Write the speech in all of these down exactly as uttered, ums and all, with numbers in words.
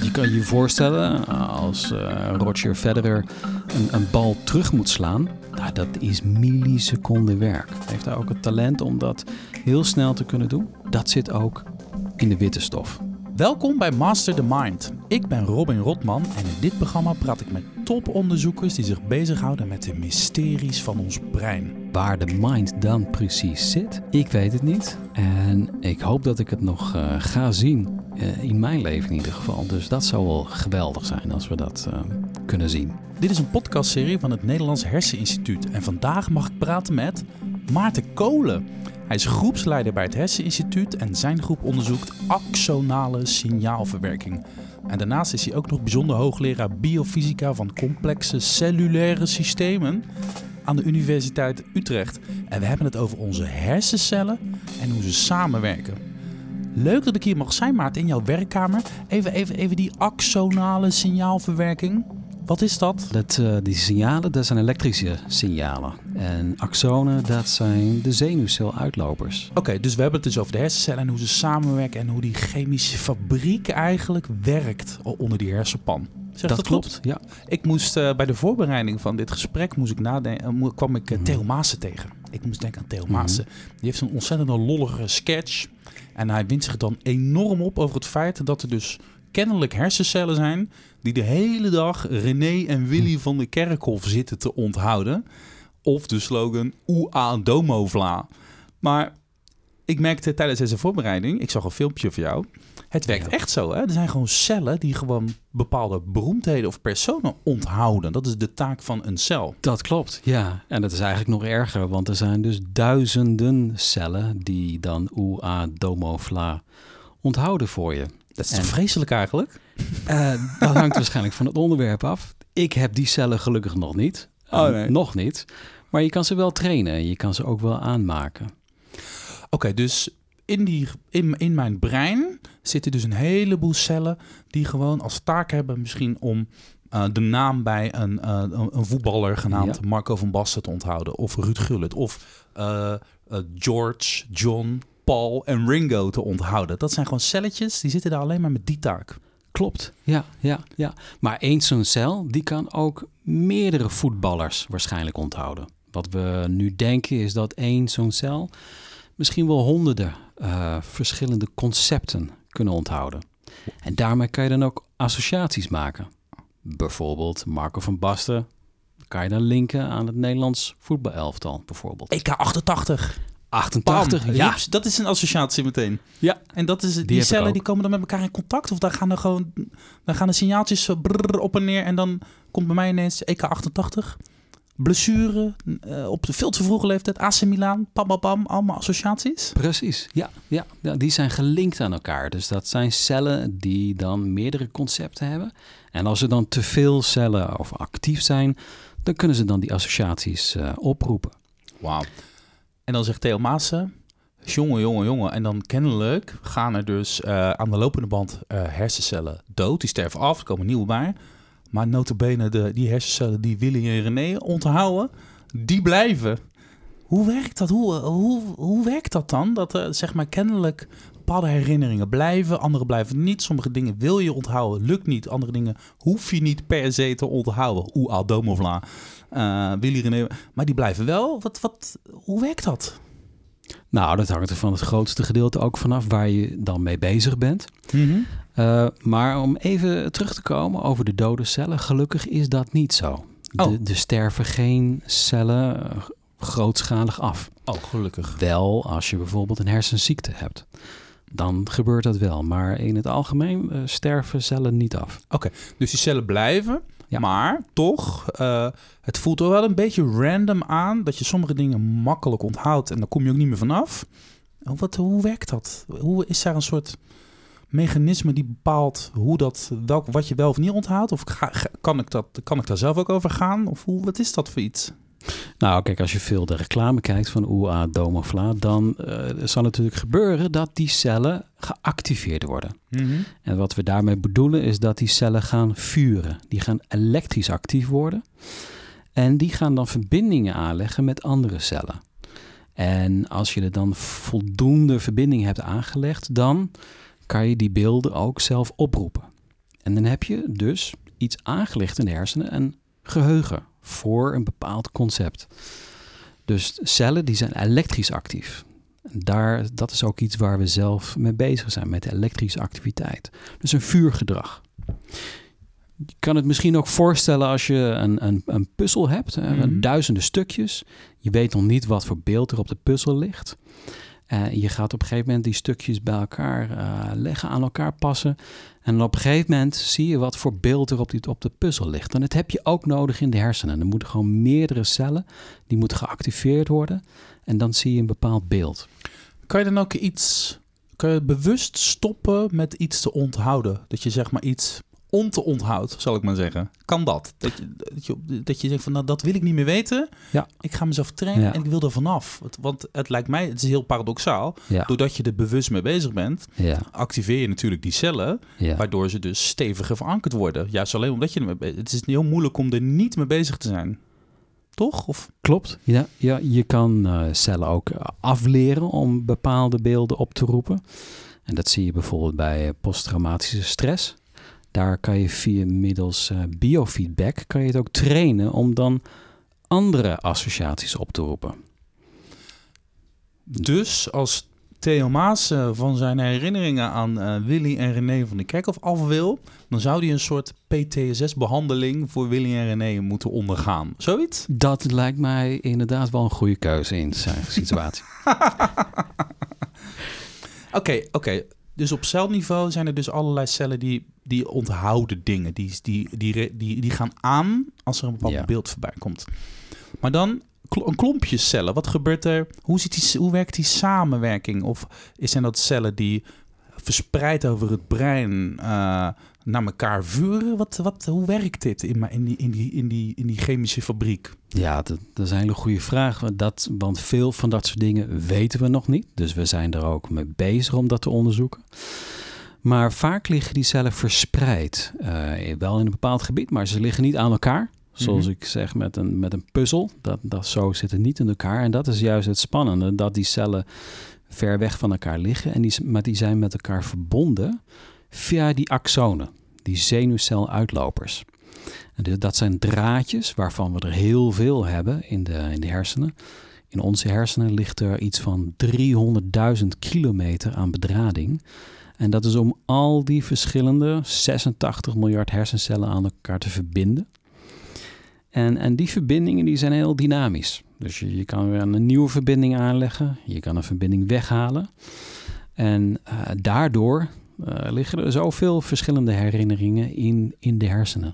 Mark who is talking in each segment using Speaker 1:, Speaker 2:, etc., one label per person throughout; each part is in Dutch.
Speaker 1: Je kan je voorstellen, als uh, Roger Federer een, een bal terug moet slaan, nou, dat is milliseconden werk. Hij heeft daar ook het talent om dat heel snel te kunnen doen. Dat zit ook in de witte stof.
Speaker 2: Welkom bij Master the Mind. Ik ben Robin Rotman en in dit programma praat ik met toponderzoekers die zich bezighouden met de mysteries van ons brein.
Speaker 1: Waar de mind dan precies zit, ik weet het niet. En ik hoop dat ik het nog uh, ga zien, uh, in mijn leven in ieder geval. Dus dat zou wel geweldig zijn als we dat uh, kunnen zien.
Speaker 2: Dit is een podcastserie van het Nederlands Herseninstituut. En vandaag mag ik praten met Maarten Kolen. Hij is groepsleider bij het Herseninstituut en zijn groep onderzoekt axonale signaalverwerking. En daarnaast is hij ook nog bijzonder hoogleraar biofysica van complexe cellulaire systemen aan de Universiteit Utrecht. En we hebben het over onze hersencellen en hoe ze samenwerken. Leuk dat ik hier mag zijn, Maarten, in jouw werkkamer. Even, even, even die axonale signaalverwerking. Wat is dat?
Speaker 1: dat uh, die signalen, dat zijn elektrische signalen. En axonen, dat zijn de zenuwceluitlopers.
Speaker 2: Oké, okay, dus we hebben het dus over de hersencellen en hoe ze samenwerken en hoe die chemische fabriek eigenlijk werkt onder die hersenpan. Zeg
Speaker 1: dat,
Speaker 2: dat
Speaker 1: klopt,
Speaker 2: goed?
Speaker 1: ja.
Speaker 2: Ik moest uh, bij de voorbereiding van dit gesprek moest ik nadenken, uh, kwam ik uh, Theo Maassen tegen. Ik moest denken aan Theo Maassen. Mm-hmm. Die heeft zo'n ontzettende lollige sketch. En hij wint zich dan enorm op over het feit dat er dus kennelijk hersencellen zijn die de hele dag René en Willy van de Kerkhof zitten te onthouden. Of de slogan Oea domo vla. Maar ik merkte tijdens deze voorbereiding, ik zag een filmpje van jou, het werkt ja. echt zo. Hè? Er zijn gewoon cellen die gewoon bepaalde beroemdheden of personen onthouden. Dat is de taak van een cel.
Speaker 1: Dat klopt, ja. En dat is eigenlijk nog erger, want er zijn dus duizenden cellen die dan Oea domo vla onthouden voor je.
Speaker 2: Dat is toch vreselijk eigenlijk?
Speaker 1: Uh, dat hangt waarschijnlijk van het onderwerp af. Ik heb die cellen gelukkig nog niet. Uh, oh, nee. Nog niet. Maar je kan ze wel trainen. Je kan ze ook wel aanmaken.
Speaker 2: Oké, okay, dus in, die, in, in mijn brein zitten dus een heleboel cellen die gewoon als taak hebben misschien om uh, de naam bij een, uh, een voetballer genaamd ja. Marco van Basten te onthouden. Of Ruud Gullit. Of uh, uh, George, John, Paul en Ringo te onthouden. Dat zijn gewoon celletjes, die zitten daar alleen maar met die taak.
Speaker 1: Klopt, ja, ja, ja. Maar één zo'n cel, die kan ook meerdere voetballers waarschijnlijk onthouden. Wat we nu denken is dat één zo'n cel misschien wel honderden uh, verschillende concepten kunnen onthouden. En daarmee kan je dan ook associaties maken. Bijvoorbeeld Marco van Basten kan je dan linken aan het Nederlands voetbalelftal bijvoorbeeld.
Speaker 2: E K achtentachtig.
Speaker 1: achtentachtig,
Speaker 2: Bam,
Speaker 1: ja.
Speaker 2: Jeeps, dat is een associatie meteen.
Speaker 1: Ja.
Speaker 2: En dat is, die,
Speaker 1: die
Speaker 2: cellen die komen dan met elkaar in contact. Of daar gaan er gewoon, daar gaan de signaaltjes brrr, op en neer. En dan komt bij mij ineens E K achtentachtig. Blessure, uh, op de veel te vroege leeftijd. A C Milan, pam, pam, pam, allemaal associaties.
Speaker 1: Precies, ja, ja, ja. Die zijn gelinkt aan elkaar. Dus dat zijn cellen die dan meerdere concepten hebben. En als er dan te veel cellen of actief zijn, dan kunnen ze dan die associaties uh, oproepen.
Speaker 2: Wauw. En dan zegt Theo Maassen, jongen, jongen, jongen. En dan kennelijk gaan er dus uh, aan de lopende band uh, hersencellen dood. Die sterven af, er komen nieuwe bij. Maar nota bene, de, die hersencellen die Willy en René onthouden, die blijven. Hoe werkt dat? Hoe, hoe, hoe werkt dat dan? Dat uh, zeg maar kennelijk bepaalde herinneringen blijven, andere blijven niet. Sommige dingen wil je onthouden, lukt niet. Andere dingen hoef je niet per se te onthouden. Oea domo vla. Uh, Willy René, maar die blijven wel. Wat, wat, hoe werkt dat?
Speaker 1: Nou, dat hangt er van het grootste gedeelte ook vanaf waar je dan mee bezig bent.
Speaker 2: Mm-hmm.
Speaker 1: Uh, maar om even terug te komen over de dode cellen, gelukkig is dat niet zo.
Speaker 2: Oh.
Speaker 1: Er sterven geen cellen uh, grootschalig af.
Speaker 2: Oh, gelukkig.
Speaker 1: Wel als je bijvoorbeeld een hersenziekte hebt. Dan gebeurt dat wel. Maar in het algemeen uh, sterven cellen niet af.
Speaker 2: Oké, okay, dus die cellen blijven.
Speaker 1: Ja.
Speaker 2: Maar toch, uh, het voelt er wel een beetje random aan dat je sommige dingen makkelijk onthoudt en dan kom je ook niet meer vanaf. Wat, hoe werkt dat? Hoe is daar een soort mechanisme die bepaalt hoe dat, welk, wat je wel of niet onthoudt? Of ga, kan, ik dat, kan ik daar zelf ook over gaan? Of hoe, wat is dat voor iets?
Speaker 1: Nou, kijk, als je veel de reclame kijkt van Oea domo vla, dan uh, zal natuurlijk gebeuren dat die cellen geactiveerd worden.
Speaker 2: Mm-hmm.
Speaker 1: En wat we daarmee bedoelen is dat die cellen gaan vuren. Die gaan elektrisch actief worden. En die gaan dan verbindingen aanleggen met andere cellen. En als je er dan voldoende verbinding hebt aangelegd, dan kan je die beelden ook zelf oproepen. En dan heb je dus iets aangelegd in de hersenen, een geheugen voor een bepaald concept. Dus cellen die zijn elektrisch actief. Daar, dat is ook iets waar we zelf mee bezig zijn, met de elektrische activiteit. Dus een vuurgedrag. Je kan het misschien ook voorstellen als je een, een, een puzzel hebt, mm-hmm. duizenden stukjes. Je weet nog niet wat voor beeld er op de puzzel ligt. Uh, je gaat op een gegeven moment die stukjes bij elkaar uh, leggen, aan elkaar passen. En op een gegeven moment zie je wat voor beeld er op, die, op de puzzel ligt. En dat heb je ook nodig in de hersenen. Er moeten gewoon meerdere cellen, die moeten geactiveerd worden. En dan zie je een bepaald beeld.
Speaker 2: Kan je dan ook iets, kan je bewust stoppen met iets te onthouden? Dat je zeg maar iets on te onthoudt, zal ik maar zeggen. Kan dat? Dat je, dat je, dat je denkt van, nou, dat wil ik niet meer weten.
Speaker 1: Ja.
Speaker 2: Ik ga mezelf trainen ja. en ik wil er vanaf. Want het lijkt mij, het is heel paradoxaal. Ja. Doordat je er bewust mee bezig bent, ja. activeer je natuurlijk die cellen, ja. waardoor ze dus steviger verankerd worden. Juist alleen omdat je er mee bezig bent. Het is heel moeilijk om er niet mee bezig te zijn. Toch? Of?
Speaker 1: Klopt. Ja, ja, je kan uh, cellen ook afleren om bepaalde beelden op te roepen. En dat zie je bijvoorbeeld bij posttraumatische stress. Daar kan je via middels uh, biofeedback kan je het ook trainen om dan andere associaties op te roepen.
Speaker 2: Dus als Theo Maas uh, van zijn herinneringen aan uh, Willy en René van de Kerkhof af wil, dan zou hij een soort P T S S-behandeling voor Willy en René moeten ondergaan. Zoiets?
Speaker 1: Dat lijkt mij inderdaad wel een goede keuze in zijn situatie.
Speaker 2: Oké, oké. Okay, okay. Dus op celniveau zijn er dus allerlei cellen die, die onthouden dingen. Die, die, die, die, die gaan aan als er een bepaald ja. beeld voorbij komt. Maar dan een klompje cellen. Wat gebeurt er? Hoe, zit die, hoe werkt die samenwerking? Of zijn dat cellen die verspreid over het brein uh, naar elkaar vuren? Wat, wat, hoe werkt dit in, in, die, in, die, in, die, in die chemische fabriek?
Speaker 1: Ja, dat, dat is een hele goede vraag. Dat, want veel van dat soort dingen weten we nog niet. Dus we zijn er ook mee bezig om dat te onderzoeken. Maar vaak liggen die cellen verspreid. Uh, wel in een bepaald gebied, maar ze liggen niet aan elkaar. Zoals mm-hmm. ik zeg met een, met een puzzel. Dat, dat zo zit het niet in elkaar. En dat is juist het spannende. Dat die cellen ver weg van elkaar liggen. En die, maar die zijn met elkaar verbonden via die axonen. Die zenuwceluitlopers. En dat zijn draadjes waarvan we er heel veel hebben in de, in de hersenen. In onze hersenen ligt er iets van driehonderdduizend kilometer aan bedrading. En dat is om al die verschillende zesentachtig miljard hersencellen aan elkaar te verbinden. En, en die verbindingen die zijn heel dynamisch. Dus je, je kan weer een nieuwe verbinding aanleggen. Je kan een verbinding weghalen. En uh, daardoor uh, liggen er zoveel verschillende herinneringen in, in de hersenen.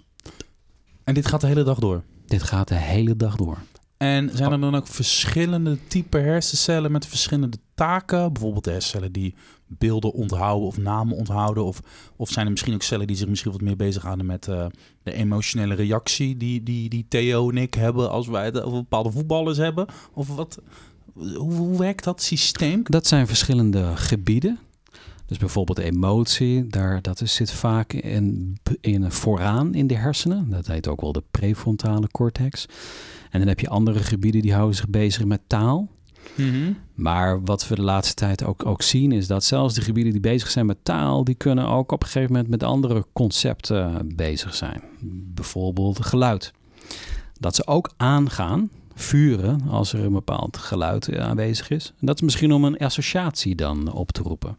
Speaker 2: En dit gaat de hele dag door?
Speaker 1: Dit gaat de hele dag door.
Speaker 2: En zijn er dan ook verschillende typen hersencellen met verschillende taken? Bijvoorbeeld de hersencellen die beelden onthouden of namen onthouden? Of, of zijn er misschien ook cellen die zich misschien wat meer bezighouden met uh, de emotionele reactie die, die, die Theo en ik hebben als wij het over bepaalde voetballers hebben? Of wat, hoe, hoe werkt dat systeem?
Speaker 1: Dat zijn verschillende gebieden. Dus bijvoorbeeld emotie, daar, dat is, zit vaak in, in vooraan in de hersenen. Dat heet ook wel de prefrontale cortex. En dan heb je andere gebieden die houden zich bezig met taal. Mm-hmm. Maar wat we de laatste tijd ook, ook zien is dat zelfs de gebieden die bezig zijn met taal, die kunnen ook op een gegeven moment met andere concepten bezig zijn. Bijvoorbeeld geluid. Dat ze ook aangaan, vuren, als er een bepaald geluid aanwezig is. En dat is misschien om een associatie dan op te roepen.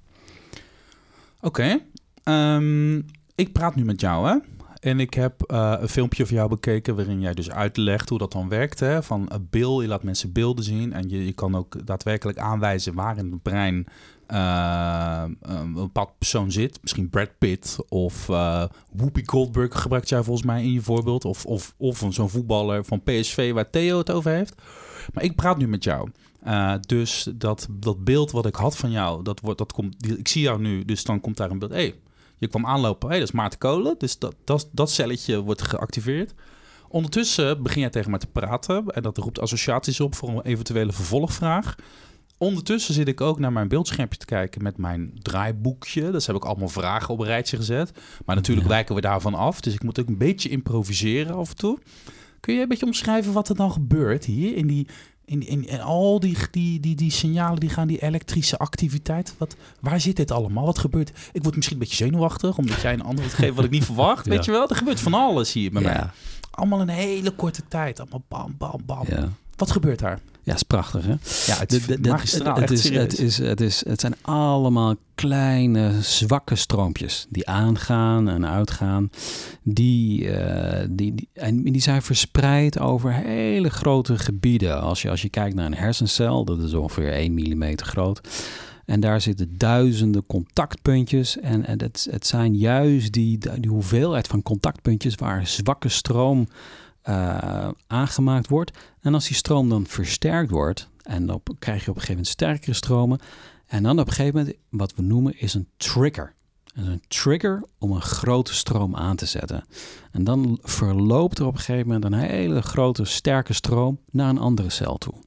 Speaker 2: Oké, okay. um, ik praat nu met jou, hè? En ik heb uh, een filmpje van jou bekeken waarin jij dus uitlegt hoe dat dan werkt. Hè? Van een beeld, je laat mensen beelden zien en je, je kan ook daadwerkelijk aanwijzen waar in het brein uh, een bepaald persoon zit. Misschien Brad Pitt of uh, Whoopi Goldberg gebruikt jij volgens mij in je voorbeeld. Of, of, of zo'n voetballer van P S V waar Theo het over heeft. Maar ik praat nu met jou. Uh, dus dat, dat beeld wat ik had van jou, dat wordt, dat komt, die, ik zie jou nu, dus dan komt daar een beeld. Hé, hey, je kwam aanlopen, hey, dat is Maarten Kolen. Dus dat, dat, dat celletje wordt geactiveerd. Ondertussen begin jij tegen mij te praten en dat roept associaties op voor een eventuele vervolgvraag. Ondertussen zit ik ook naar mijn beeldschermpje te kijken met mijn draaiboekje. Dus heb ik allemaal vragen op een rijtje gezet. Maar natuurlijk ja. wijken we daarvan af, dus ik moet ook een beetje improviseren af en toe. Kun je een beetje omschrijven wat er dan gebeurt hier in die... in, in, en al die, die, die, die signalen die gaan, die elektrische activiteit. Wat, waar zit dit allemaal? Wat gebeurt? Ik word misschien een beetje zenuwachtig, omdat jij een antwoord geeft wat ik niet verwacht.
Speaker 1: Ja.
Speaker 2: Weet je wel? Er gebeurt van alles hier bij
Speaker 1: Ja.
Speaker 2: mij. Allemaal in een hele korte tijd. Allemaal bam, bam, bam.
Speaker 1: Ja.
Speaker 2: Wat gebeurt daar?
Speaker 1: Ja, is prachtig, hè?
Speaker 2: Ja, het is
Speaker 1: De- de- de-
Speaker 2: magistraal.
Speaker 1: Het,
Speaker 2: echt
Speaker 1: is,
Speaker 2: serieus.
Speaker 1: het, is, het, is, het zijn allemaal kleine, zwakke stroompjes die aangaan en uitgaan. Die, uh, die, die, en die zijn verspreid over hele grote gebieden. Als je, als je kijkt naar een hersencel, dat is ongeveer één millimeter groot. En daar zitten duizenden contactpuntjes. En, en het, het zijn juist die, die hoeveelheid van contactpuntjes waar zwakke stroom Uh, aangemaakt wordt. En als die stroom dan versterkt wordt, en dan krijg je op een gegeven moment sterkere stromen. En dan op een gegeven moment, wat we noemen, is een trigger. En een trigger om een grote stroom aan te zetten. En dan verloopt er op een gegeven moment een hele grote, sterke stroom naar een andere cel toe.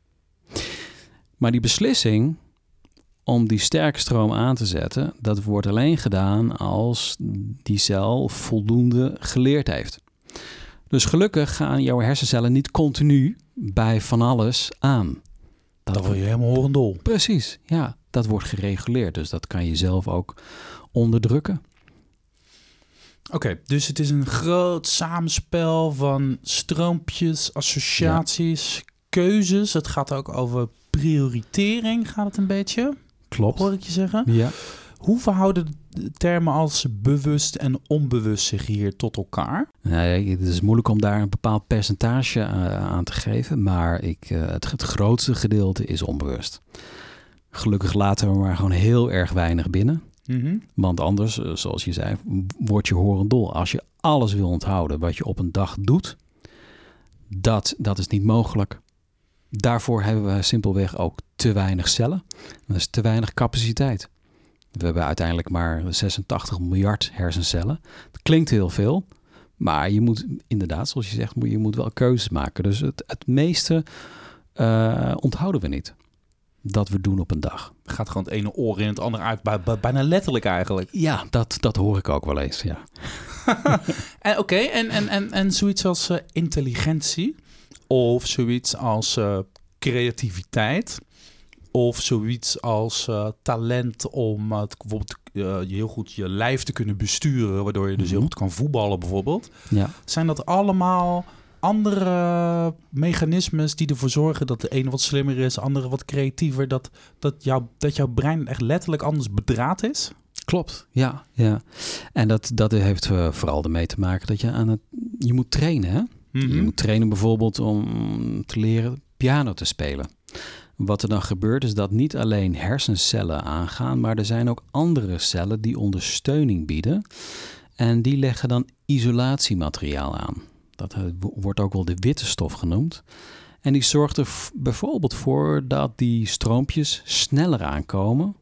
Speaker 1: Maar die beslissing om die sterke stroom aan te zetten, dat wordt alleen gedaan als die cel voldoende geleerd heeft. Dus gelukkig gaan jouw hersencellen niet continu bij van alles aan.
Speaker 2: Dat word je helemaal horendol.
Speaker 1: Precies, ja. Dat wordt gereguleerd. Dus dat kan je zelf ook onderdrukken.
Speaker 2: Oké, okay, dus het is een groot samenspel van stroompjes, associaties, ja. keuzes. Het gaat ook over prioritering, gaat het een beetje?
Speaker 1: Klopt.
Speaker 2: Hoor ik je zeggen?
Speaker 1: Ja.
Speaker 2: Hoe verhouden de termen als bewust en onbewust zich hier tot elkaar?
Speaker 1: Nee, het is moeilijk om daar een bepaald percentage uh, aan te geven. Maar ik, uh, het, het grootste gedeelte is onbewust. Gelukkig laten we maar gewoon heel erg weinig binnen.
Speaker 2: Mm-hmm.
Speaker 1: Want anders, uh, zoals je zei, word je horendol. Als je alles wil onthouden wat je op een dag doet, dat, dat is niet mogelijk. Daarvoor hebben we simpelweg ook te weinig cellen. Dat is te weinig capaciteit. We hebben uiteindelijk maar zesentachtig miljard hersencellen. Dat klinkt heel veel, maar je moet inderdaad, zoals je zegt, je moet wel keuzes maken. Dus het, het meeste uh, onthouden we niet. Dat we doen op een dag.
Speaker 2: Gaat gewoon het ene oor in het andere uit, bij, bij, bijna letterlijk eigenlijk.
Speaker 1: Ja, dat, dat hoor ik ook wel eens, ja.
Speaker 2: Oké, okay, en, en, en, en zoiets als uh, intelligentie of zoiets als uh, creativiteit... Of zoiets als uh, talent om uh, bijvoorbeeld uh, je heel goed je lijf te kunnen besturen, waardoor je dus heel goed kan voetballen bijvoorbeeld.
Speaker 1: Ja.
Speaker 2: Zijn dat allemaal andere mechanismes die ervoor zorgen dat de ene wat slimmer is, de andere wat creatiever, dat, dat, jou, dat jouw brein echt letterlijk anders bedraad is?
Speaker 1: Klopt, ja. ja. En dat, dat heeft uh, vooral ermee te maken dat je aan het... Je moet trainen, hè? Mm-hmm. Je moet trainen bijvoorbeeld om te leren piano te spelen. Wat er dan gebeurt is dat niet alleen hersencellen aangaan, maar er zijn ook andere cellen die ondersteuning bieden. En die leggen dan isolatiemateriaal aan. Dat wordt ook wel de witte stof genoemd. En die zorgt er v- bijvoorbeeld voor dat die stroompjes sneller aankomen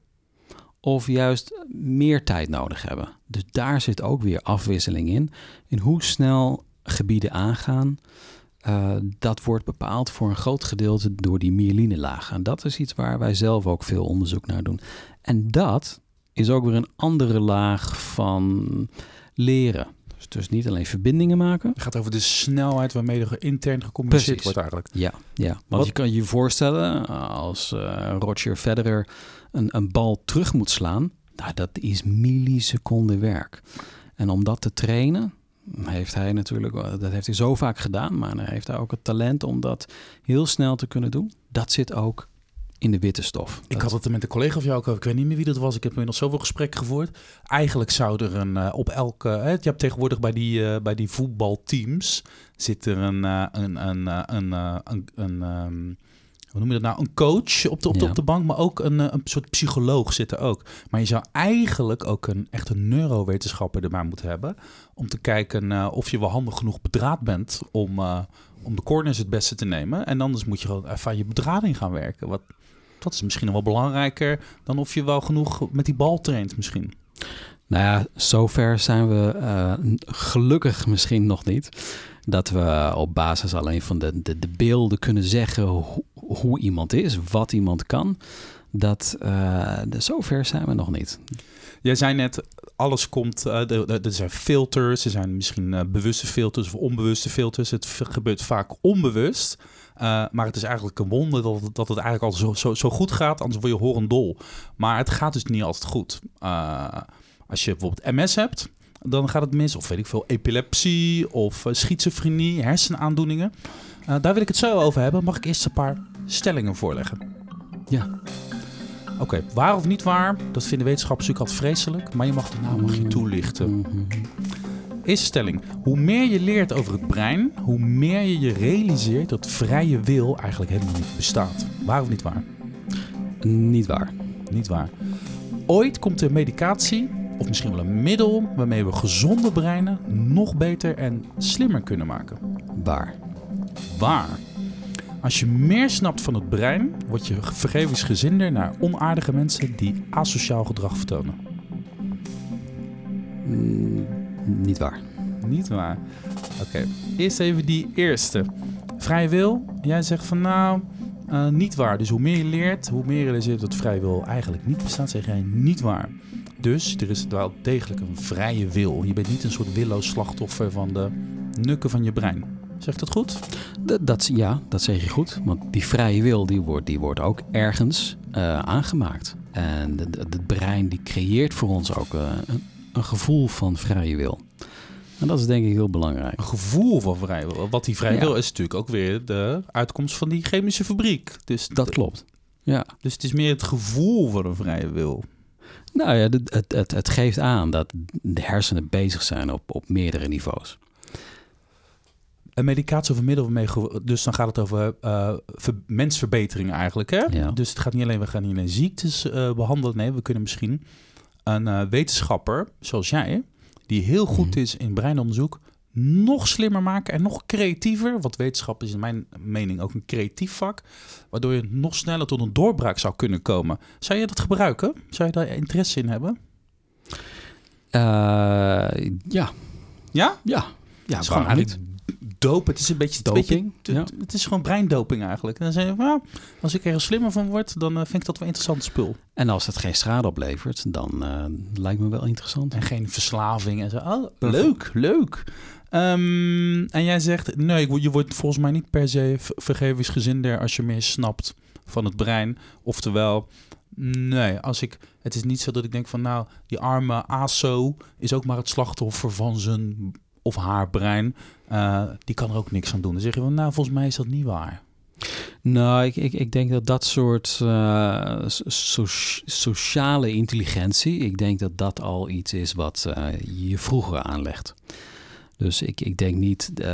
Speaker 1: of juist meer tijd nodig hebben. Dus daar zit ook weer afwisseling in. In hoe snel gebieden aangaan. Uh, dat wordt bepaald voor een groot gedeelte door die myelinelaag. En dat is iets waar wij zelf ook veel onderzoek naar doen. En dat is ook weer een andere laag van leren. Dus, dus niet alleen verbindingen maken.
Speaker 2: Het gaat over de snelheid waarmee er intern gecommuniceerd
Speaker 1: Precies.
Speaker 2: wordt eigenlijk.
Speaker 1: Ja, ja. want Wat? je kan je voorstellen als uh, Roger Federer een, een bal terug moet slaan. Nou, dat is milliseconden werk. En om dat te trainen... heeft hij natuurlijk, dat heeft hij zo vaak gedaan, maar hij heeft hij ook het talent om dat heel snel te kunnen doen. Dat zit ook in de witte stof.
Speaker 2: Ik had het er met een collega van jou ook over, ik weet niet meer wie dat was, ik heb inmiddels zoveel gesprekken gevoerd. Eigenlijk zou er een, uh, op elke, hè, je hebt tegenwoordig bij die, uh, bij die voetbalteams, zit er een, uh, een, een, uh, een, uh, een, een um, hoe noem je dat nou? Een coach op de, op de, ja. op de bank, maar ook een, een soort psycholoog zit er ook. Maar je zou eigenlijk ook een echte neurowetenschapper erbij moeten hebben om te kijken uh, of je wel handig genoeg bedraad bent om, uh, om de corners het beste te nemen. En anders moet je gewoon even aan je bedrading gaan werken. Wat, dat is misschien nog wel belangrijker dan of je wel genoeg met die bal traint misschien.
Speaker 1: Nou ja, zover zijn we uh, gelukkig misschien nog niet. Dat we op basis alleen van de, de, de beelden kunnen zeggen ho, hoe iemand is, wat iemand kan. Dat, uh, de, zover zijn we nog niet.
Speaker 2: Jij zei net, alles komt... Uh, er, er zijn filters, er zijn misschien uh, bewuste filters of onbewuste filters. Het v- gebeurt vaak onbewust. Uh, maar het is eigenlijk een wonder dat, dat het eigenlijk al zo, zo, zo goed gaat. Anders word je horendol. Maar het gaat dus niet altijd goed. Uh, als je bijvoorbeeld M S hebt, dan gaat het mis. Of weet ik veel, epilepsie of uh, schizofrenie, hersenaandoeningen. Uh, daar wil ik het zo over hebben. Mag ik eerst een paar stellingen voorleggen?
Speaker 1: Ja.
Speaker 2: Oké, okay, waar of niet waar, dat vinden wetenschappers natuurlijk altijd vreselijk. Maar je mag daarna mag je toelichten. Mm-hmm. Eerste stelling. Hoe meer je leert over het brein, hoe meer je je realiseert dat vrije wil eigenlijk helemaal niet bestaat. Waar of niet waar?
Speaker 1: Niet waar.
Speaker 2: Niet waar. Ooit komt er medicatie, of misschien wel een middel, waarmee we gezonde breinen nog beter en slimmer kunnen maken.
Speaker 1: Waar.
Speaker 2: Waar. Als je meer snapt van het brein, word je vergevingsgezinder naar onaardige mensen die asociaal gedrag vertonen.
Speaker 1: Mm, niet waar.
Speaker 2: Niet waar. Oké, okay. Eerst even die eerste. Vrije wil. Jij zegt van nou, uh, niet waar. Dus hoe meer je leert, hoe meer je realiseert dat vrije wil eigenlijk niet bestaat, zeg jij niet waar. Dus er is wel degelijk een vrije wil. Je bent niet een soort willoos slachtoffer van de nukken van je brein. Zeg ik dat goed?
Speaker 1: Dat, dat, ja, dat zeg je goed. Want die vrije wil die wordt, die wordt ook ergens uh, aangemaakt. En het brein die creëert voor ons ook uh, een, een gevoel van vrije wil. En dat is denk ik heel belangrijk.
Speaker 2: Een gevoel van vrije wil. Wat die vrije ja. wil is natuurlijk ook weer de uitkomst van die chemische fabriek. Dus
Speaker 1: dat
Speaker 2: de,
Speaker 1: klopt. Ja.
Speaker 2: Dus het is meer het gevoel van een vrije wil.
Speaker 1: Nou ja, het, het, het, het geeft aan dat de hersenen bezig zijn op, op meerdere niveaus.
Speaker 2: Een medicatie of een middel waarmee... Dus dan gaat het over uh, ver, mensverbetering eigenlijk. Hè?
Speaker 1: Ja.
Speaker 2: Dus het gaat niet alleen, we gaan niet alleen ziektes uh, behandelen. Nee, we kunnen misschien een uh, wetenschapper zoals jij, die heel goed mm-hmm. is in breinonderzoek, nog slimmer maken en nog creatiever. Want wetenschap is in mijn mening ook een creatief vak. Waardoor je nog sneller tot een doorbraak zou kunnen komen. Zou je dat gebruiken? Zou je daar interesse in hebben?
Speaker 1: Uh, ja.
Speaker 2: Ja?
Speaker 1: Ja. Ja,
Speaker 2: het is gewoon eigenlijk dope. Het is een beetje...
Speaker 1: Doping.
Speaker 2: Een beetje, ja. Het is gewoon breindoping eigenlijk. En dan zeg je, nou, als ik er slimmer van word, dan uh, vind ik dat wel interessant spul.
Speaker 1: En als het geen schade oplevert, dan uh, lijkt me wel interessant.
Speaker 2: En geen verslaving en zo. Oh, leuk, leuk. Um, en jij zegt, nee, je wordt volgens mij niet per se vergevingsgezinder als je meer snapt van het brein. Oftewel, nee, als ik, het is niet zo dat ik denk van, nou, die arme A S O is ook maar het slachtoffer van zijn of haar brein. Uh, die kan er ook niks aan doen. Dan zeg je van, nou, volgens mij is dat niet waar.
Speaker 1: Nou, ik, ik, ik denk dat dat soort uh, so- sociale intelligentie, ik denk dat dat al iets is wat uh, je vroeger aanlegt. Dus ik, ik denk niet uh,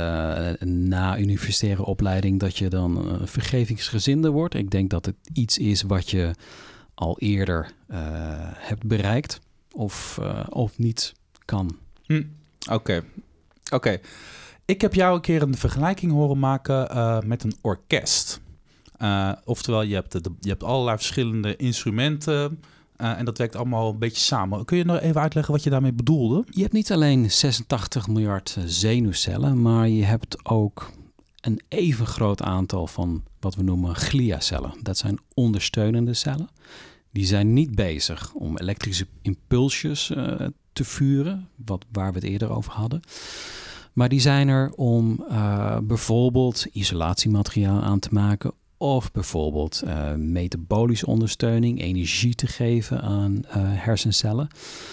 Speaker 1: na universitaire opleiding dat je dan uh, vergevingsgezinde wordt. Ik denk dat het iets is wat je al eerder uh, hebt bereikt of, uh, of niet kan.
Speaker 2: Hm. Oké, okay. oké. Okay. Ik heb jou een keer een vergelijking horen maken uh, met een orkest. Uh, oftewel, je hebt, de, je hebt allerlei verschillende instrumenten uh, en dat werkt allemaal een beetje samen. Kun je nog even uitleggen wat je daarmee bedoelde?
Speaker 1: Je hebt niet alleen zesentachtig miljard zenuwcellen, maar je hebt ook een even groot aantal van wat we noemen gliacellen. Dat zijn ondersteunende cellen. Die zijn niet bezig om elektrische impulsjes uh, te vuren, wat, waar we het eerder over hadden. Maar die zijn er om uh, bijvoorbeeld isolatiemateriaal aan te maken of bijvoorbeeld uh, metabolische ondersteuning, energie te geven aan uh, hersencellen.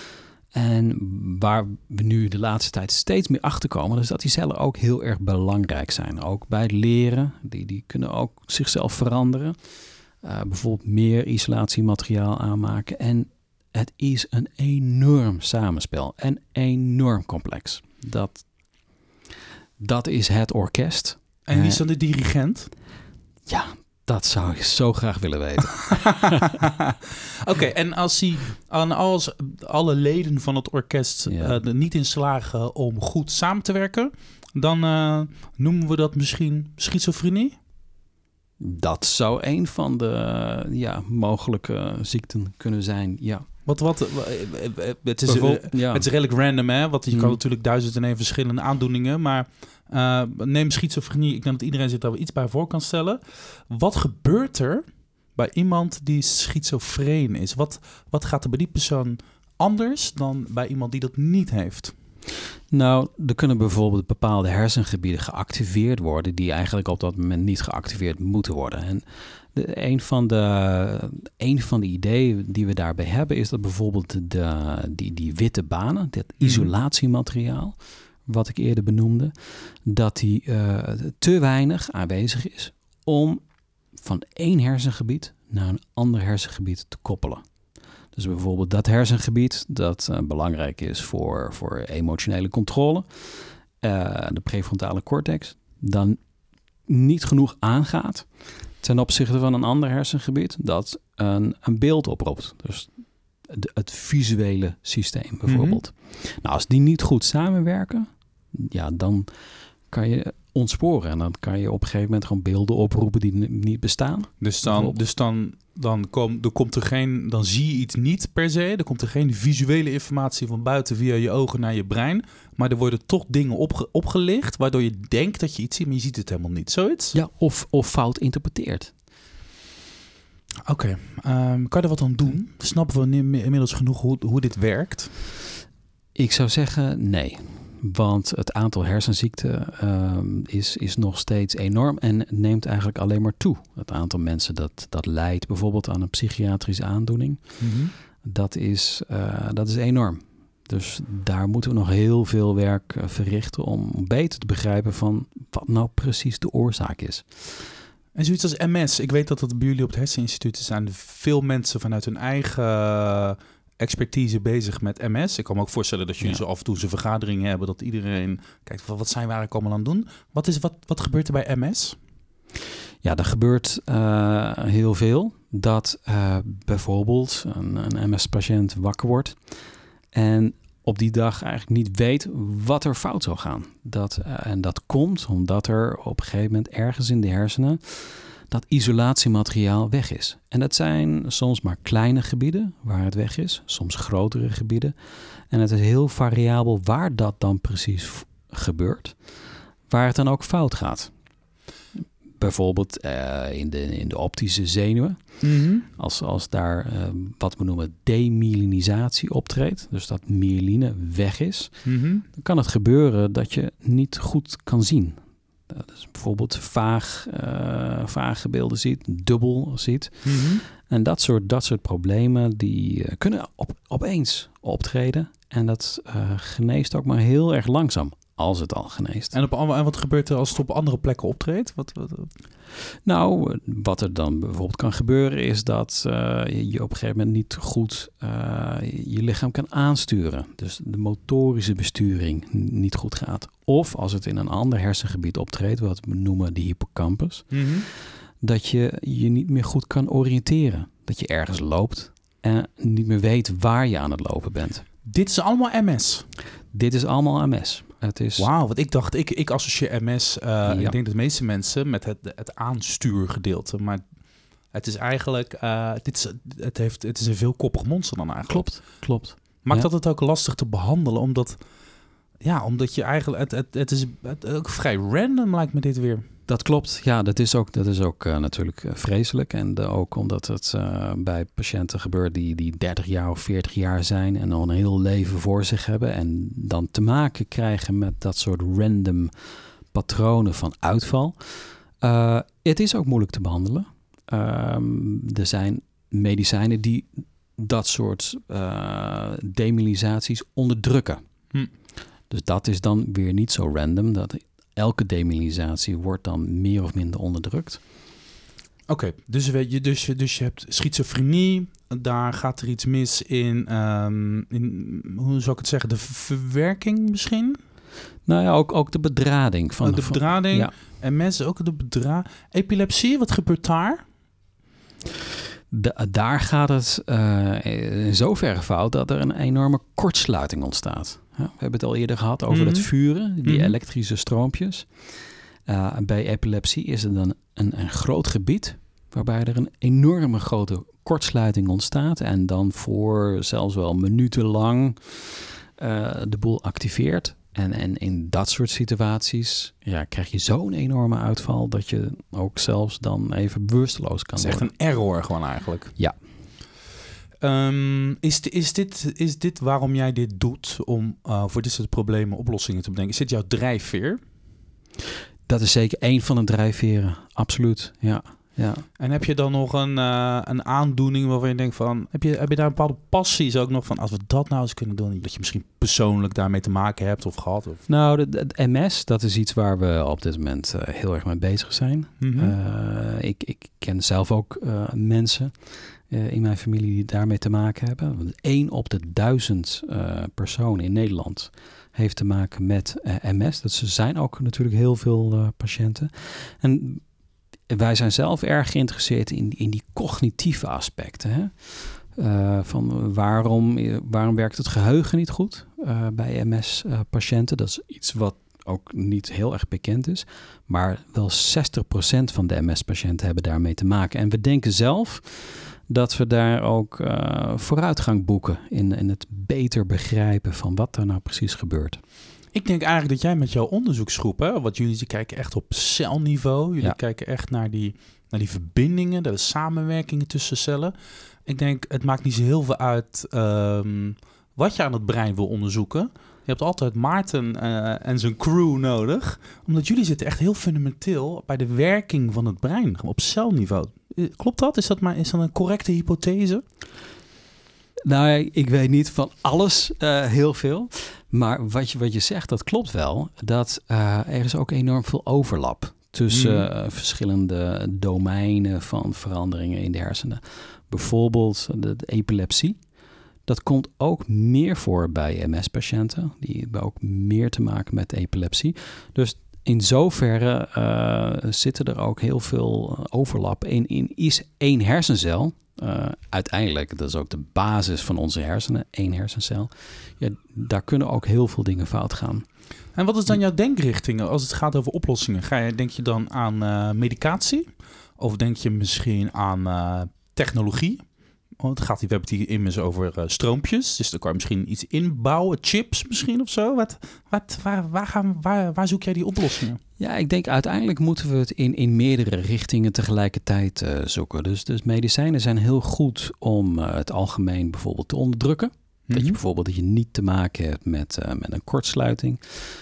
Speaker 1: En waar we nu de laatste tijd steeds meer achter komen, is dat die cellen ook heel erg belangrijk zijn. Ook bij het leren, die, die kunnen ook zichzelf veranderen. Uh, bijvoorbeeld meer isolatiemateriaal aanmaken. En het is een enorm samenspel en enorm complex. Dat... Dat is het orkest.
Speaker 2: En wie is dan de dirigent?
Speaker 1: Ja, dat zou ik zo graag willen weten.
Speaker 2: Oké, okay, en als, die, als alle leden van het orkest ja. uh, er niet in slagen om goed samen te werken, dan uh, noemen we dat misschien schizofrenie?
Speaker 1: Dat zou een van de ja, mogelijke ziekten kunnen zijn, ja.
Speaker 2: Wat, wat, het, is, ja. het is redelijk random, hè? Want je kan hmm. natuurlijk duizend en één verschillende aandoeningen. Maar uh, neem schizofrenie. Ik denk dat iedereen zich daar wel iets bij voor kan stellen. Wat gebeurt er bij iemand die schizofreen is? Wat, wat gaat er bij die persoon anders dan bij iemand die dat niet heeft?
Speaker 1: Nou, er kunnen bijvoorbeeld bepaalde hersengebieden geactiveerd worden die eigenlijk op dat moment niet geactiveerd moeten worden. En de, een, van de, een van de ideeën die we daarbij hebben is dat bijvoorbeeld de, die, die witte banen, dat isolatiemateriaal, wat ik eerder benoemde, dat die uh, te weinig aanwezig is om van één hersengebied naar een ander hersengebied te koppelen. Dus bijvoorbeeld dat hersengebied dat uh, belangrijk is voor, voor emotionele controle, uh, de prefrontale cortex, dan niet genoeg aangaat ten opzichte van een ander hersengebied dat een, een beeld oproept. Dus de, het visuele systeem bijvoorbeeld. Mm-hmm. Nou, als die niet goed samenwerken, ja, dan kan je ontsporen. En dan kan je op een gegeven moment gewoon beelden oproepen die n- niet bestaan.
Speaker 2: Dus dan, dus dan, dan, kom, er komt er geen, dan zie je iets niet per se. Er komt er geen visuele informatie van buiten via je ogen naar je brein. Maar er worden toch dingen opge, opgelicht, waardoor je denkt dat je iets ziet, maar je ziet het helemaal niet. Zoiets?
Speaker 1: Ja, of, of fout interpreteert.
Speaker 2: Oké, okay. um, kan je er wat aan doen? Snappen we inmiddels genoeg hoe, hoe dit werkt?
Speaker 1: Ik zou zeggen nee. Want het aantal hersenziekten uh, is, is nog steeds enorm en neemt eigenlijk alleen maar toe. Het aantal mensen dat, dat lijdt bijvoorbeeld aan een psychiatrische aandoening, mm-hmm. dat, is, uh, dat is enorm. Dus daar moeten we nog heel veel werk uh, verrichten om beter te begrijpen van wat nou precies de oorzaak is.
Speaker 2: En zoiets als M S. Ik weet dat dat bij jullie op het Herseninstituut zijn veel mensen vanuit hun eigen expertise bezig met M S. Ik kan me ook voorstellen dat jullie ja. zo af en toe een vergadering hebben, dat iedereen kijkt, wat zijn we eigenlijk allemaal aan het doen? Wat, is, wat, wat gebeurt er bij M S?
Speaker 1: Ja, er gebeurt uh, heel veel. Dat uh, bijvoorbeeld een, een M S-patiënt wakker wordt en op die dag eigenlijk niet weet wat er fout zou gaan. Dat, uh, en dat komt omdat er op een gegeven moment ergens in de hersenen dat isolatiemateriaal weg is. En dat zijn soms maar kleine gebieden waar het weg is, soms grotere gebieden. En het is heel variabel waar dat dan precies f- gebeurt, waar het dan ook fout gaat. Bijvoorbeeld uh, in, de, in de optische zenuwen. Mm-hmm. Als, als daar uh, wat we noemen demyelinisatie optreedt, dus dat myeline weg is, mm-hmm. dan kan het gebeuren dat je niet goed kan zien. Dus bijvoorbeeld vaag, uh, vage beelden ziet, dubbel ziet. Mm-hmm. En dat soort, dat soort problemen die uh, kunnen op, opeens optreden. En dat uh, geneest ook maar heel erg langzaam, als het al geneest.
Speaker 2: En, op, en wat gebeurt er als het op andere plekken optreedt? Wat, wat, wat?
Speaker 1: Nou, wat er dan bijvoorbeeld kan gebeuren is dat uh, je op een gegeven moment niet goed uh, je lichaam kan aansturen. Dus de motorische besturing niet goed gaat. Of als het in een ander hersengebied optreedt, wat we noemen de hippocampus, mm-hmm. dat je je niet meer goed kan oriënteren. Dat je ergens loopt en niet meer weet waar je aan het lopen bent.
Speaker 2: Dit is allemaal M S?
Speaker 1: Dit is allemaal M S. Het is...
Speaker 2: Wauw, want ik dacht, ik, ik associeer M S, uh, ja. ik denk dat de meeste mensen met het, het aanstuurgedeelte, maar het is eigenlijk, uh, dit is, het, heeft, het is een veelkoppig monster dan eigenlijk.
Speaker 1: Klopt, klopt.
Speaker 2: Maakt
Speaker 1: ja.
Speaker 2: dat het ook lastig te behandelen, omdat, ja, omdat je eigenlijk, het, het, het is het, ook vrij random lijkt me dit weer.
Speaker 1: Dat klopt, ja, dat is ook, dat is ook uh, natuurlijk uh, vreselijk. En uh, ook omdat het uh, bij patiënten gebeurt die, die dertig jaar of veertig jaar zijn en al een heel leven voor zich hebben. En dan te maken krijgen met dat soort random patronen van uitval. Uh, het is ook moeilijk te behandelen. Uh, er zijn medicijnen die dat soort uh, demyelinisaties onderdrukken. Hm. Dus dat is dan weer niet zo random. Dat elke demyelinisatie wordt dan meer of minder onderdrukt.
Speaker 2: Oké, okay, dus, je, dus, dus je hebt schizofrenie. Daar gaat er iets mis in, um, in hoe zou ik het zeggen, de verwerking misschien?
Speaker 1: Nou ja, ook, ook de bedrading. Van
Speaker 2: de, de bedrading. Ja. En mensen ook de bedrading. Epilepsie, wat gebeurt daar?
Speaker 1: De, daar gaat het uh, in zoverre fout dat er een enorme kortsluiting ontstaat. Ja, we hebben het al eerder gehad over mm-hmm. het vuren, die mm-hmm. elektrische stroompjes. Uh, bij epilepsie is er dan een, een groot gebied waarbij er een enorme grote kortsluiting ontstaat en dan voor zelfs wel minutenlang uh, de boel activeert. En, en in dat soort situaties ja, krijg je zo'n enorme uitval dat je ook zelfs dan even bewusteloos kan worden.
Speaker 2: Het is echt een error gewoon eigenlijk.
Speaker 1: Ja.
Speaker 2: Um, is, is, dit, is dit waarom jij dit doet, om uh, voor dit soort problemen oplossingen te bedenken? Is dit jouw drijfveer?
Speaker 1: Dat is zeker één van de drijfveren, absoluut, ja. Ja.
Speaker 2: En heb je dan nog een, uh, een aandoening waarvan je denkt van... Heb je, heb je daar een bepaalde passies ook nog van... Als we dat nou eens kunnen doen... Dat je misschien persoonlijk daarmee te maken hebt of gehad? Of?
Speaker 1: Nou, de, de M S, dat is iets waar we op dit moment uh, heel erg mee bezig zijn. Mm-hmm. Uh, ik, ik ken zelf ook uh, mensen uh, in mijn familie die daarmee te maken hebben. Want één op de duizend uh, personen in Nederland... heeft te maken met uh, M S. Dat zijn ook natuurlijk heel veel uh, patiënten. En... Wij zijn zelf erg geïnteresseerd in, in die cognitieve aspecten. Hè? Uh, van waarom, waarom werkt het geheugen niet goed uh, bij M S-patiënten? Uh, dat is iets wat ook niet heel erg bekend is. Maar wel zestig procent van de M S-patiënten hebben daarmee te maken. En we denken zelf dat we daar ook uh, vooruitgang boeken... In, in het beter begrijpen van wat er nou precies gebeurt.
Speaker 2: Ik denk eigenlijk dat jij met jouw onderzoeksgroep, hè, wat jullie ze kijken echt op celniveau. Jullie ja. kijken echt naar die, naar die verbindingen, de samenwerkingen tussen cellen. Ik denk, het maakt niet zo heel veel uit um, wat je aan het brein wil onderzoeken. Je hebt altijd Maarten uh, en zijn crew nodig. Omdat jullie zitten echt heel fundamenteel bij de werking van het brein op celniveau. Klopt dat? Is dat, maar, is dat een correcte hypothese?
Speaker 1: Nou, ik weet niet van alles uh, heel veel. Maar wat je, wat je zegt, dat klopt wel. Dat uh, er is ook enorm veel overlap tussen uh, verschillende domeinen van veranderingen in de hersenen. Bijvoorbeeld de, de epilepsie. Dat komt ook meer voor bij M S-patiënten. Die hebben ook meer te maken met epilepsie. Dus in zoverre uh, zitten er ook heel veel overlap in, in is één hersencel. Uh, uiteindelijk, dat is ook de basis van onze hersenen, één hersencel. Ja, daar kunnen ook heel veel dingen fout gaan.
Speaker 2: En wat is dan jouw denkrichting als het gaat over oplossingen? Ga je, denk je dan aan uh, medicatie? Of denk je misschien aan uh, technologie? Want het gaat hier, we hebben het hier immers over uh, stroompjes. Dus dan kan je misschien iets inbouwen, chips misschien of zo. Wat, wat, waar, waar, gaan, waar, waar zoek jij die oplossingen?
Speaker 1: Ja, ik denk uiteindelijk moeten we het in, in meerdere richtingen tegelijkertijd uh, zoeken. Dus, dus medicijnen zijn heel goed om uh, het algemeen bijvoorbeeld te onderdrukken. Mm-hmm. Dat je bijvoorbeeld dat je niet te maken hebt met, uh, met een kortsluiting.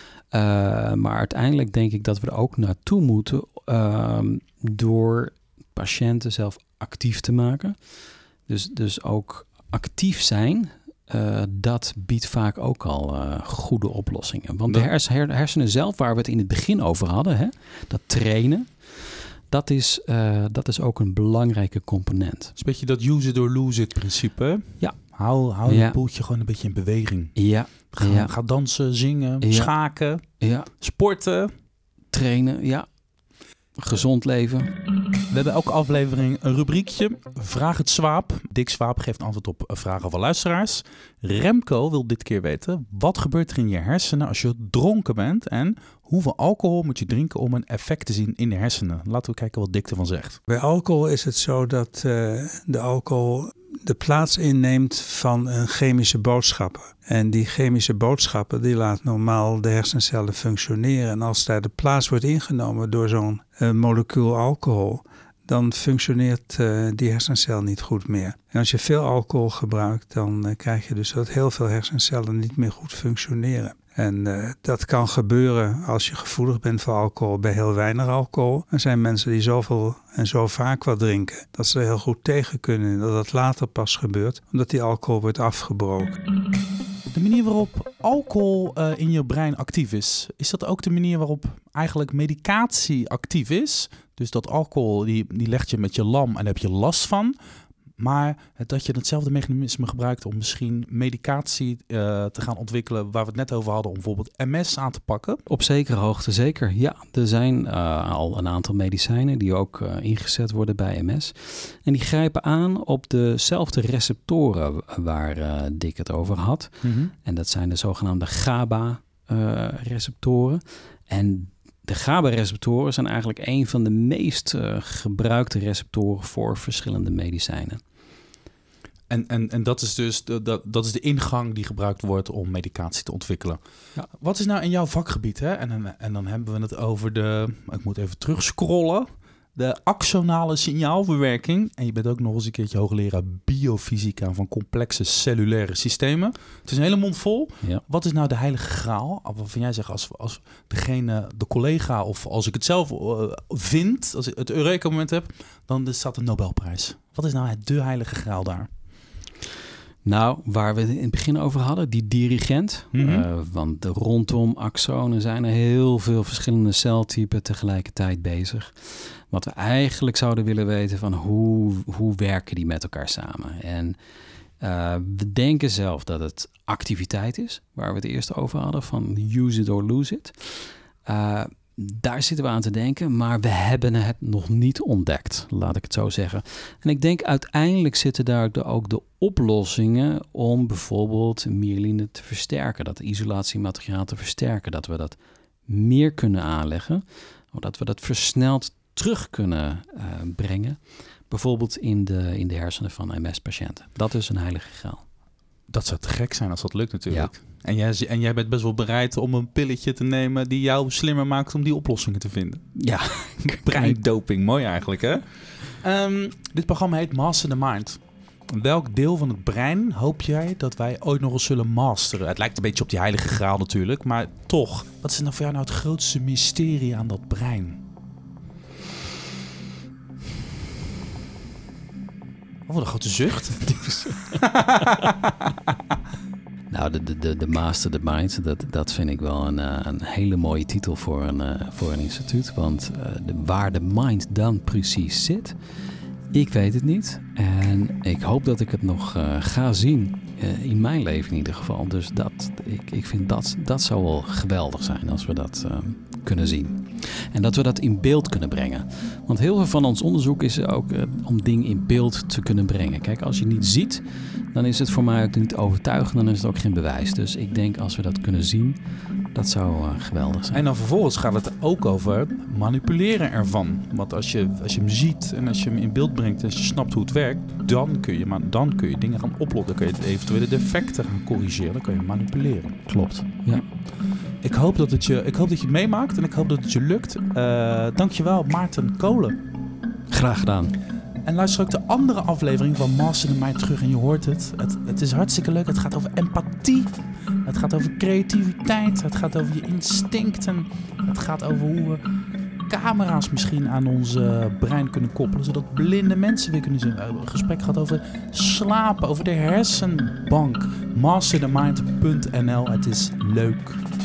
Speaker 1: Uh, maar uiteindelijk denk ik dat we er ook naartoe moeten uh, door patiënten zelf actief te maken. Dus, dus ook actief zijn, uh, dat biedt vaak ook al uh, goede oplossingen. Want de hers- hersenen zelf, waar we het in het begin over hadden, hè, dat trainen, dat is, uh, dat is ook een belangrijke component.
Speaker 2: Het is een beetje dat use it or lose it principe.
Speaker 1: Ja.
Speaker 2: Hou, hou ja. je boeltje gewoon een beetje in beweging.
Speaker 1: Ja.
Speaker 2: Ga,
Speaker 1: ja.
Speaker 2: ga dansen, zingen, ja. schaken,
Speaker 1: ja.
Speaker 2: sporten.
Speaker 1: Trainen, ja. Gezond leven.
Speaker 2: We hebben elke aflevering een rubriekje. Vraag het Swaap. Dick Swaap geeft antwoord op vragen van luisteraars. Remco wil dit keer weten: wat gebeurt er in je hersenen als je dronken bent? En hoeveel alcohol moet je drinken om een effect te zien in de hersenen? Laten we kijken wat Dick ervan zegt.
Speaker 3: Bij alcohol is het zo dat uh, de alcohol de plaats inneemt van een chemische boodschapper. En die chemische boodschapper die laat normaal de hersencellen functioneren. En als daar de plaats wordt ingenomen door zo'n uh, molecuul alcohol, dan functioneert uh, die hersencel niet goed meer. En als je veel alcohol gebruikt, dan uh, krijg je dus dat heel veel hersencellen niet meer goed functioneren. En uh, dat kan gebeuren als je gevoelig bent voor alcohol bij heel weinig alcohol. Er zijn mensen die zoveel en zo vaak wat drinken, dat ze er heel goed tegen kunnen en dat dat later pas gebeurt, omdat die alcohol wordt afgebroken.
Speaker 2: De manier waarop alcohol uh, in je brein actief is, is dat ook de manier waarop eigenlijk medicatie actief is? Dus dat alcohol, die, die legt je met je lam en daar heb je last van. Maar dat je hetzelfde mechanisme gebruikt om misschien medicatie uh, te gaan ontwikkelen, waar we het net over hadden, om bijvoorbeeld M S aan te pakken.
Speaker 1: Op zekere hoogte zeker, ja. Er zijn uh, al een aantal medicijnen die ook uh, ingezet worden bij M S. En die grijpen aan op dezelfde receptoren waar uh, Dick het over had. Mm-hmm. En dat zijn de zogenaamde GABA-receptoren. Uh, en de GABA-receptoren zijn eigenlijk een van de meest uh, gebruikte receptoren voor verschillende medicijnen.
Speaker 2: En, en, en dat is dus de, dat, dat is de ingang die gebruikt wordt om medicatie te ontwikkelen. Ja. Wat is nou in jouw vakgebied? Hè? En, en, en dan hebben we het over de... Ik moet even terugscrollen. de axonale signaalverwerking. En je bent ook nog eens een keertje hoogleraar biofysica van complexe cellulaire systemen. Het is een hele mond vol.
Speaker 1: Ja.
Speaker 2: Wat is nou de heilige graal? Wat vind jij zeggen als, als degene, de collega of als ik het zelf uh, vind, als ik het Eureka-moment heb, dan staat de Nobelprijs. Wat is nou het de heilige graal daar?
Speaker 1: Nou, waar we het in het begin over hadden, die dirigent. Mm-hmm. Uh, want rondom axonen zijn er heel veel verschillende celtypen tegelijkertijd bezig. Wat we eigenlijk zouden willen weten van hoe, hoe werken die met elkaar samen. En uh, we denken zelf dat het activiteit is, waar we het eerst over hadden, van use it or lose it. Uh, Daar zitten we aan te denken, maar we hebben het nog niet ontdekt, laat ik het zo zeggen. En ik denk uiteindelijk zitten daar ook de oplossingen om bijvoorbeeld myeline te versterken, dat isolatiemateriaal te versterken, dat we dat meer kunnen aanleggen, dat we dat versneld terug kunnen uh, brengen, bijvoorbeeld in de, in de hersenen van M S-patiënten. Dat is een heilige graal.
Speaker 2: Dat zou te gek zijn als dat lukt natuurlijk.
Speaker 1: Ja.
Speaker 2: En jij, en jij bent best wel bereid om een pilletje te nemen die jou slimmer maakt om die oplossingen te vinden.
Speaker 1: Ja.
Speaker 2: Breindoping, mooi eigenlijk hè? Um, dit programma heet Master the Mind. Welk deel van het brein hoop jij dat wij ooit nog eens zullen masteren? Het lijkt een beetje op die heilige graal natuurlijk, maar toch. Wat is nou voor jou nou het grootste mysterie aan dat brein? Oh, wat een grote zucht.
Speaker 1: Nou, de, de, de Master the Mind, dat, dat vind ik wel een, een hele mooie titel voor een, uh, voor een instituut. Want uh, de, waar de mind dan precies zit, ik weet het niet. En ik hoop dat ik het nog uh, ga zien, uh, in mijn leven in ieder geval. Dus dat, ik, ik vind dat, dat zou wel geweldig zijn als we dat uh, kunnen zien. En dat we dat in beeld kunnen brengen. Want heel veel van ons onderzoek is ook uh, om dingen in beeld te kunnen brengen. Kijk, als je niet ziet, dan is het voor mij ook niet overtuigend. Dan is het ook geen bewijs. Dus ik denk als we dat kunnen zien, dat zou uh, geweldig zijn.
Speaker 2: En dan vervolgens gaat het ook over manipuleren ervan. Want als je, als je hem ziet en als je hem in beeld brengt en als je snapt hoe het werkt, dan kun je, dan kun je dingen gaan oplossen. Dan kun je eventuele defecten gaan corrigeren. Dan kun je manipuleren.
Speaker 1: Klopt, ja.
Speaker 2: Ik hoop dat het je, ik hoop dat je het meemaakt en ik hoop dat het je lukt. Uh, dankjewel, Maarten Kolen.
Speaker 1: Graag gedaan.
Speaker 2: En luister ook de andere aflevering van Master the Mind terug en je hoort het. het. Het is hartstikke leuk. Het gaat over empathie. Het gaat over creativiteit. Het gaat over je instincten. Het gaat over hoe we camera's misschien aan ons uh, brein kunnen koppelen, zodat blinde mensen weer kunnen zien. Een gesprek gaat over slapen, over de hersenbank. master the mind punt n l. Het is leuk.